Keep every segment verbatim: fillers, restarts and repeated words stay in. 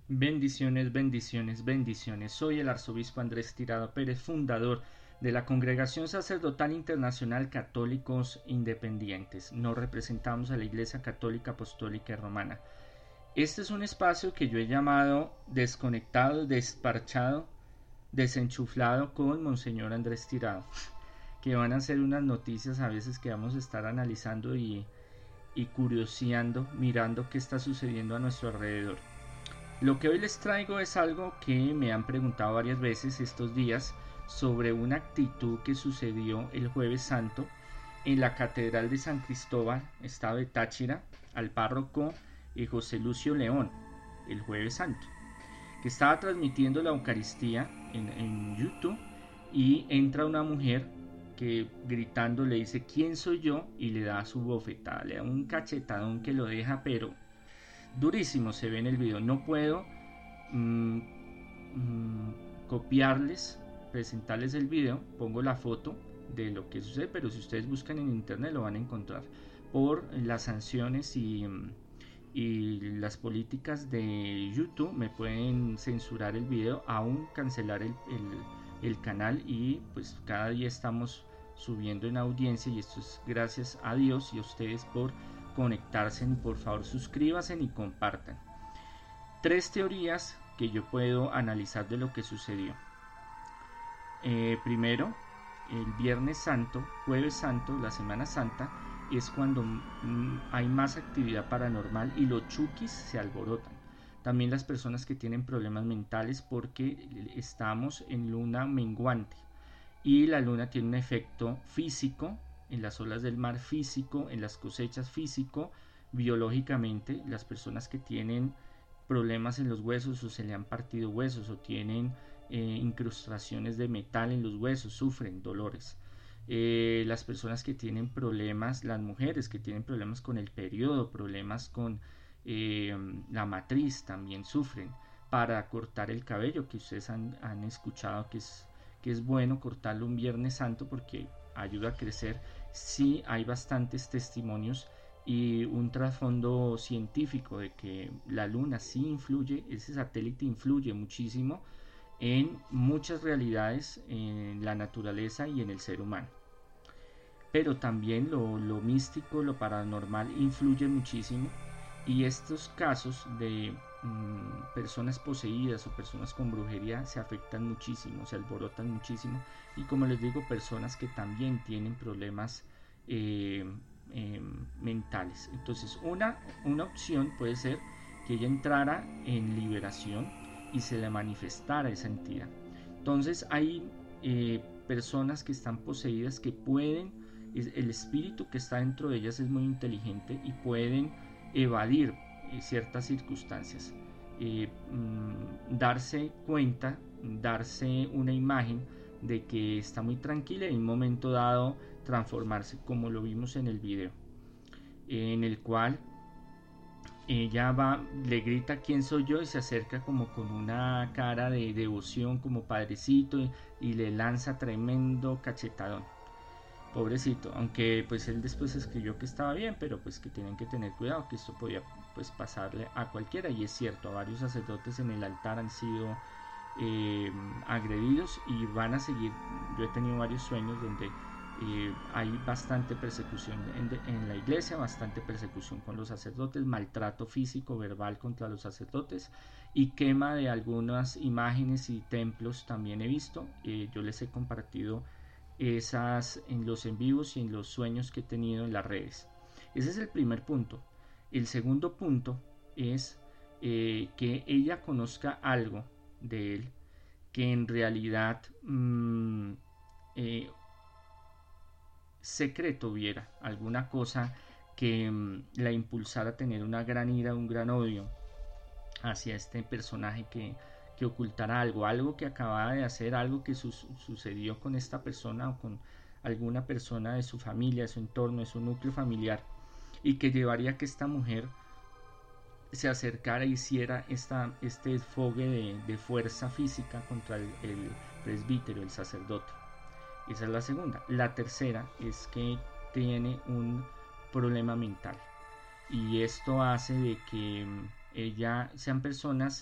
Bendiciones, bendiciones, bendiciones. Soy el arzobispo Andrés Tirado Pérez, fundador de la Congregación Sacerdotal Internacional Católicos Independientes. Nos representamos a la Iglesia Católica Apostólica y Romana. Este es un espacio que yo he llamado desconectado, desparchado, desenchuflado con Monseñor Andrés Tirado, que van a ser unas noticias a veces que vamos a estar analizando y, y curioseando, mirando qué está sucediendo a nuestro alrededor. Lo que hoy les traigo es algo que me han preguntado varias veces estos días sobre una actitud que sucedió el Jueves Santo en la Catedral de San Cristóbal, estado de Táchira, al párroco eh, José Lucio León, el Jueves Santo, que estaba transmitiendo la Eucaristía en, en YouTube y entra una mujer que gritando le dice ¿quién soy yo? Y le da su bofetada, le da un cachetadón que lo deja pero durísimo, se ve en el video. No puedo mmm, mmm, copiarles, presentarles el video, pongo la foto de lo que sucede, pero si ustedes buscan en internet lo van a encontrar por las sanciones y, y las políticas de YouTube. Me pueden censurar el video, aún cancelar el, el, el canal, y pues cada día estamos subiendo en audiencia, y esto es gracias a Dios y a ustedes por conectarse. Por favor, suscríbanse y compartan. Tres teorías que yo puedo analizar de lo que sucedió. Eh, primero, el Viernes Santo, Jueves Santo, la Semana Santa, es cuando mm, hay más actividad paranormal y los chukis se alborotan. También las personas que tienen problemas mentales, porque estamos en luna menguante y la luna tiene un efecto físico en las olas del mar, físico, en las cosechas, físico, biológicamente. Las personas que tienen problemas en los huesos, o se le han partido huesos, o tienen eh, incrustaciones de metal en los huesos, sufren dolores. Eh, las personas que tienen problemas, las mujeres que tienen problemas con el periodo, problemas con eh, la matriz, también sufren. Para cortar el cabello, que ustedes han, han escuchado que es, que es bueno cortarlo un Viernes Santo porque ayuda a crecer. Sí, hay bastantes testimonios y un trasfondo científico de que la luna sí influye, ese satélite influye muchísimo en muchas realidades en la naturaleza y en el ser humano. Pero también lo, lo místico, lo paranormal influye muchísimo, y estos casos de mmm, personas poseídas o personas con brujería se afectan muchísimo, se alborotan muchísimo, y como les digo, personas que también tienen problemas eh, eh, mentales. Entonces una, una opción puede ser que ella entrara en liberación y se le manifestara esa entidad. Entonces hay eh, personas que están poseídas que pueden, el espíritu que está dentro de ellas es muy inteligente y pueden evadir eh, ciertas circunstancias, eh, mmm, darse cuenta, darse una imagen de que está muy tranquila y en un momento dado transformarse, como lo vimos en el video, en el cual ella va, le grita quién soy yo, y se acerca como con una cara de devoción, como padrecito, y, y le lanza tremendo cachetadón. Pobrecito, aunque pues él después escribió que estaba bien, pero pues que tienen que tener cuidado, que esto podía pues pasarle a cualquiera. Y es cierto, a varios sacerdotes en el altar han sido eh, agredidos y van a seguir. Yo he tenido varios sueños donde eh, hay bastante persecución en, de, en la iglesia, bastante persecución con los sacerdotes, maltrato físico, verbal contra los sacerdotes, y quema de algunas imágenes y templos también he visto. Eh, yo les he compartido esas en los en vivos y en los sueños que he tenido en las redes. Ese es el primer punto. El segundo punto es eh, que ella conozca algo de él que en realidad mmm, eh, secreto viera, alguna cosa que mmm, la impulsara a tener una gran ira, un gran odio hacia este personaje que que ocultara algo, algo que acababa de hacer, algo que su sucedió con esta persona o con alguna persona de su familia, de su entorno, de su núcleo familiar, y que llevaría a que esta mujer se acercara e hiciera esta, este desfogue de, de fuerza física contra el, el presbítero, el sacerdote. Esa es la segunda. La tercera es que tiene un problema mental, y esto hace de que ella sean personas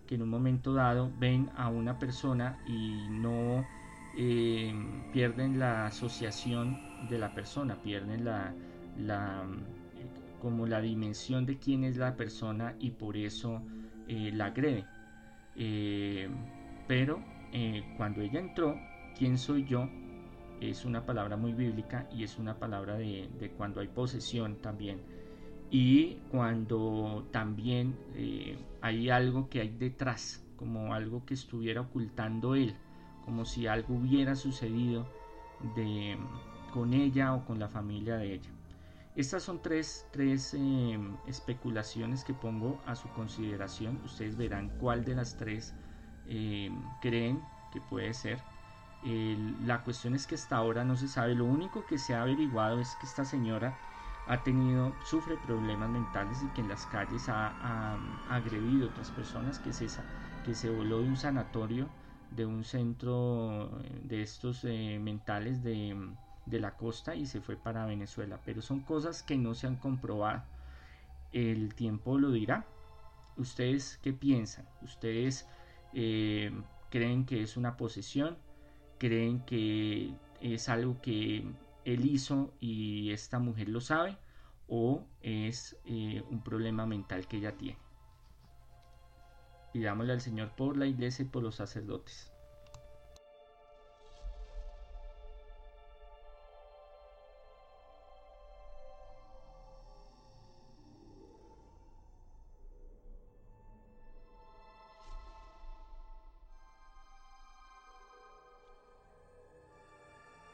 que en un momento dado ven a una persona y no eh, pierden la asociación de la persona, pierden la, la como la dimensión de quién es la persona y por eso eh, la agrede. Eh, pero eh, cuando ella entró, ¿quién soy yo? Es una palabra muy bíblica y es una palabra de, de cuando hay posesión también. Y cuando también eh, hay algo que hay detrás, como algo que estuviera ocultando él, como si algo hubiera sucedido de, con ella o con la familia de ella. Estas son tres, tres eh, especulaciones que pongo a su consideración. Ustedes verán cuál de las tres eh, creen que puede ser. Eh, la cuestión es que hasta ahora no se sabe. Lo único que se ha averiguado es que esta señora ha tenido, sufre problemas mentales y que en las calles ha, ha, ha agredido a otras personas, que, es esa, que se voló de un sanatorio, de un centro de estos eh, mentales de, de la costa y se fue para Venezuela. Pero son cosas que no se han comprobado. El tiempo lo dirá. ¿Ustedes qué piensan? ¿Ustedes eh, creen que es una posesión? ¿Creen que es algo que él hizo y esta mujer lo sabe? ¿O es eh, un problema mental que ella tiene? Pidámosle al Señor por la iglesia y por los sacerdotes.